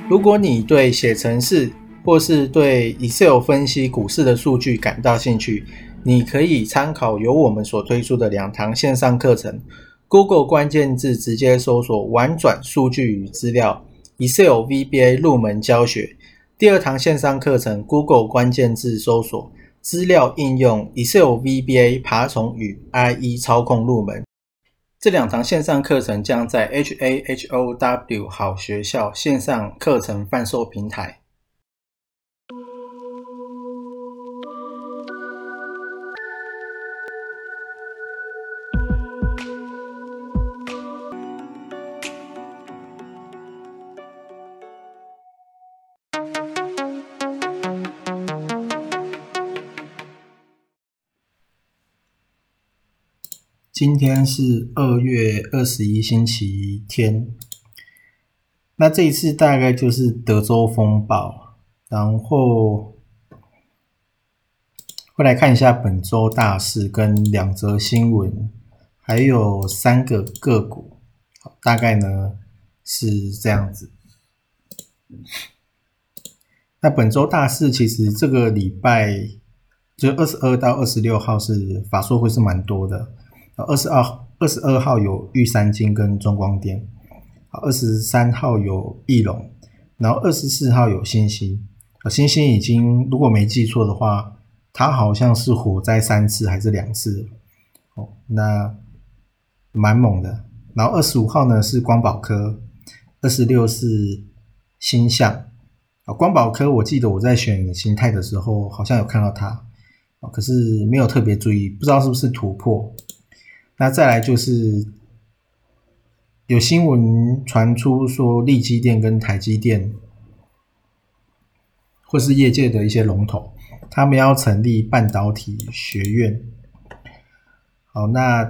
如果你对写程式或是对 Excel 分析股市的数据感到兴趣，你可以参考由我们所推出的2堂线上课程。Google 关键字直接搜索玩转数据与资料 Excel VBA 入门教学。第2堂线上课程 Google 关键字搜索资料应用 Excel VBA 爬虫与 IE 操控入门。这2堂线上课程将在 HAHOW 好学校线上课程贩售平台。今天是2月21星期天，那这一次大概就是德州风暴，然后会来看一下本周大事跟2则新闻，还有3个个股，大概呢是这样子。那本周大事其实这个礼拜就22到26号是法说会是蛮多的。22号有玉山金跟中光电，23号有义隆，然后24号有新兴。新兴已经如果没记错的话，它好像是火灾3次还是2次那蛮猛的。然后25号呢是光宝科，26是星象。光宝科我记得我在选形态的时候好像有看到它，可是没有特别注意，不知道是不是突破。那再来就是有新闻传出说力积电跟台积电或是业界的一些龙头，他们要成立半导体学院。好，那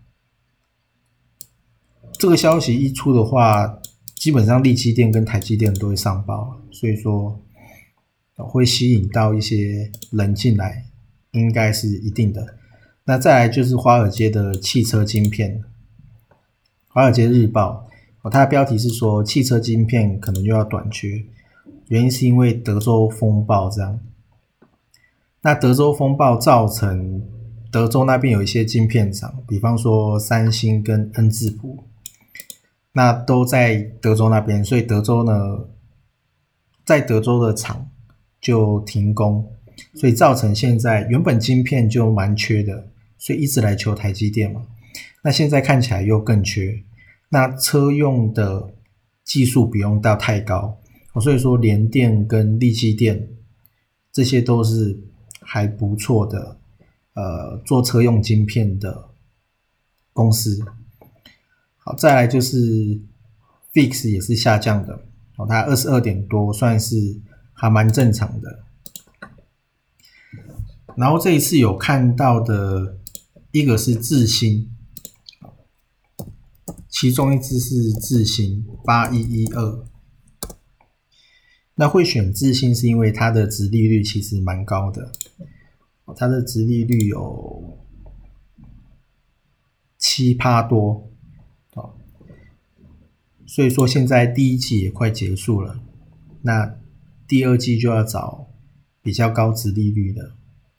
这个消息一出的话，基本上力积电跟台积电都会上报，所以说会吸引到一些人进来，应该是一定的。那再来就是华尔街的汽车晶片，华尔街日报它的标题是说汽车晶片可能又要短缺，原因是因为德州风暴这样。那德州风暴造成德州那边有一些晶片厂，比方说三星跟恩智浦，那都在德州那边，所以德州呢，在德州的厂就停工，所以造成现在原本晶片就蛮缺的，所以一直来求台积电嘛。那现在看起来又更缺，那车用的技术不用到太高，所以说联电跟力积电这些都是还不错的做车用晶片的公司。好，再来就是 VIX 也是下降的，它22点多，算是还蛮正常的。然后这一次有看到的一个是智新，其中一支是智新8112。那会选智新是因为它的殖利率其实蛮高的，它的殖利率有 7% 多，所以说现在第一季也快结束了，那第2季就要找比较高殖利率的。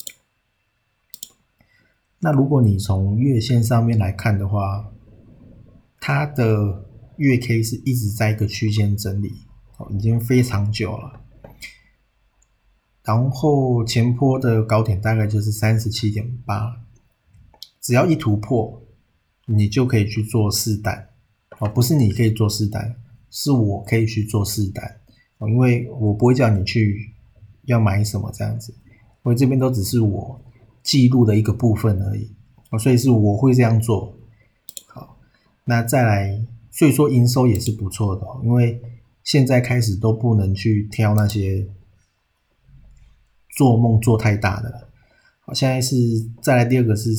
那如果你从月线上面来看的话，它的月 K 是一直在一个区间整理，已经非常久了。然后前波的高点大概就是 37.8， 只要一突破你就可以去做试单，不是你可以做试单，是我可以去做试单，因为我不会叫你去要买什么这样子，因为这边都只是我记录的一个部分而已，所以是我会这样做。好，那再来，所以说营收也是不错的，因为现在开始都不能去挑那些做梦做太大的了。好，现在是再来第2个是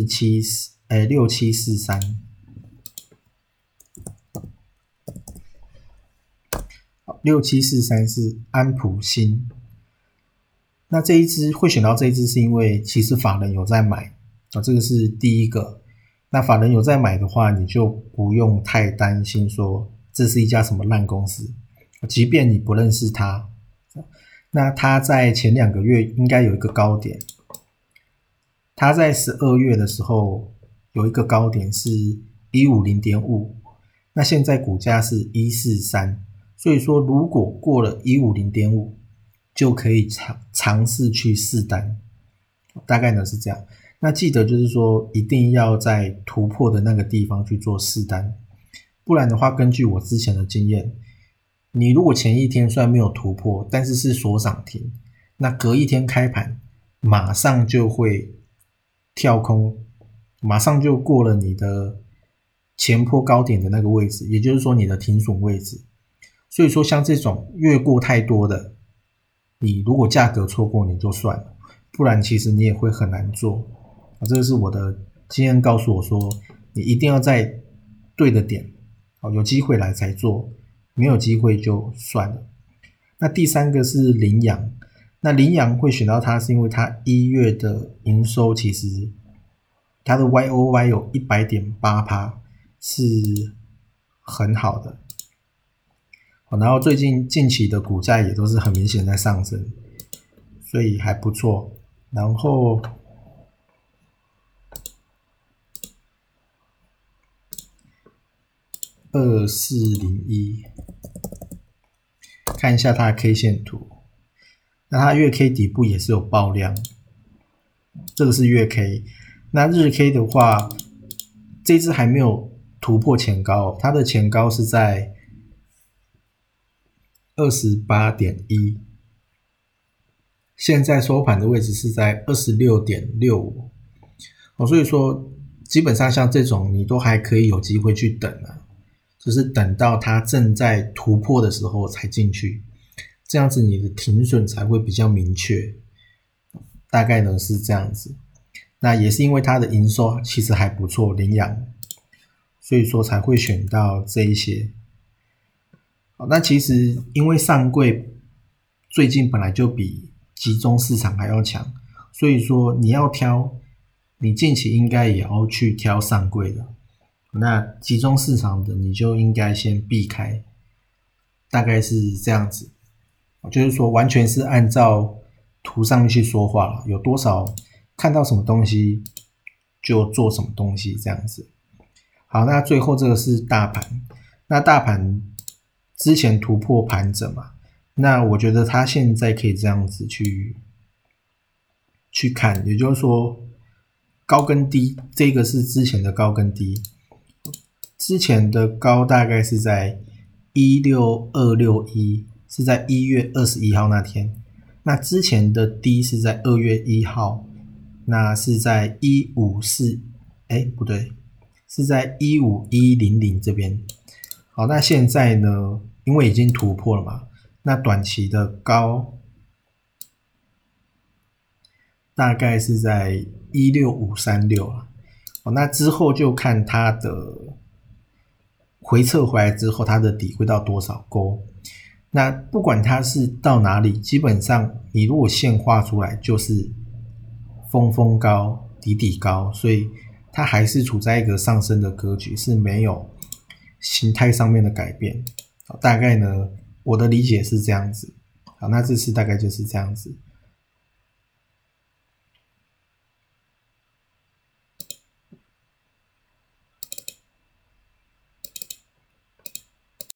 6743。好，6743是安普新。那这一支会选到这一支是因为其实法人有在买，这个是第一个。那法人有在买的话，你就不用太担心说这是一家什么烂公司， 即便你不认识它。那它在前2个月应该有一个高点，它在12月的时候有一个高点是 150.5， 那现在股价是143，所以说如果过了 150.5 就可以尝试去试单，大概呢是这样。那记得就是说一定要在突破的那个地方去做试单，不然的话根据我之前的经验，你如果前一天虽然没有突破，但是是锁涨停，那隔一天开盘马上就会跳空，马上就过了你的前波高点的那个位置，也就是说你的停损位置。所以说像这种越过太多的，你如果价格错过你就算了，不然其实你也会很难做。这个是我的经验告诉我说，你一定要在对的点，有机会来才做，没有机会就算了。那第3个是羚羊，那羚羊会选到它是因为它1月的营收其实它的 YOY 有 100.8%， 是很好的。然后最近近期的股价也都是很明显在上升，所以还不错。然后2401看一下它的 K 线图，那它月 K 底部也是有爆量，这个是月 K。 那日 K 的话，这只还没有突破前高，它的前高是在 28.1， 现在收盘的位置是在 26.65， 所以说基本上像这种你都还可以有机会去等啊，就是等到它正在突破的时候才进去，这样子你的停损才会比较明确，大概呢是这样子。那也是因为它的营收其实还不错，羚羊，所以说才会选到这一些。那其实因为上柜最近本来就比集中市场还要强，所以说你要挑，你近期应该也要去挑上柜的，那集中市场的你就应该先避开，大概是这样子。就是说完全是按照图上面去说话了，有多少看到什么东西就做什么东西这样子。好，那最后这个是大盘，那大盘之前突破盘整嘛，那我觉得它现在可以这样子去看，也就是说高跟低，这个是之前的高跟低，之前的高大概是在16261，是在1月21号那天，那之前的低是在2月1号，那是在154，不对，是在15100这边。好，那现在呢，因为已经突破了嘛，那短期的高大概是在16536了。好，那之后就看它的回撤回来之后，它的底会到多少勾。那不管它是到哪里，基本上你如果线画出来就是峰高底高，所以它还是处在一个上升的格局，是没有形态上面的改变。大概呢，我的理解是这样子。好，那这次大概就是这样子。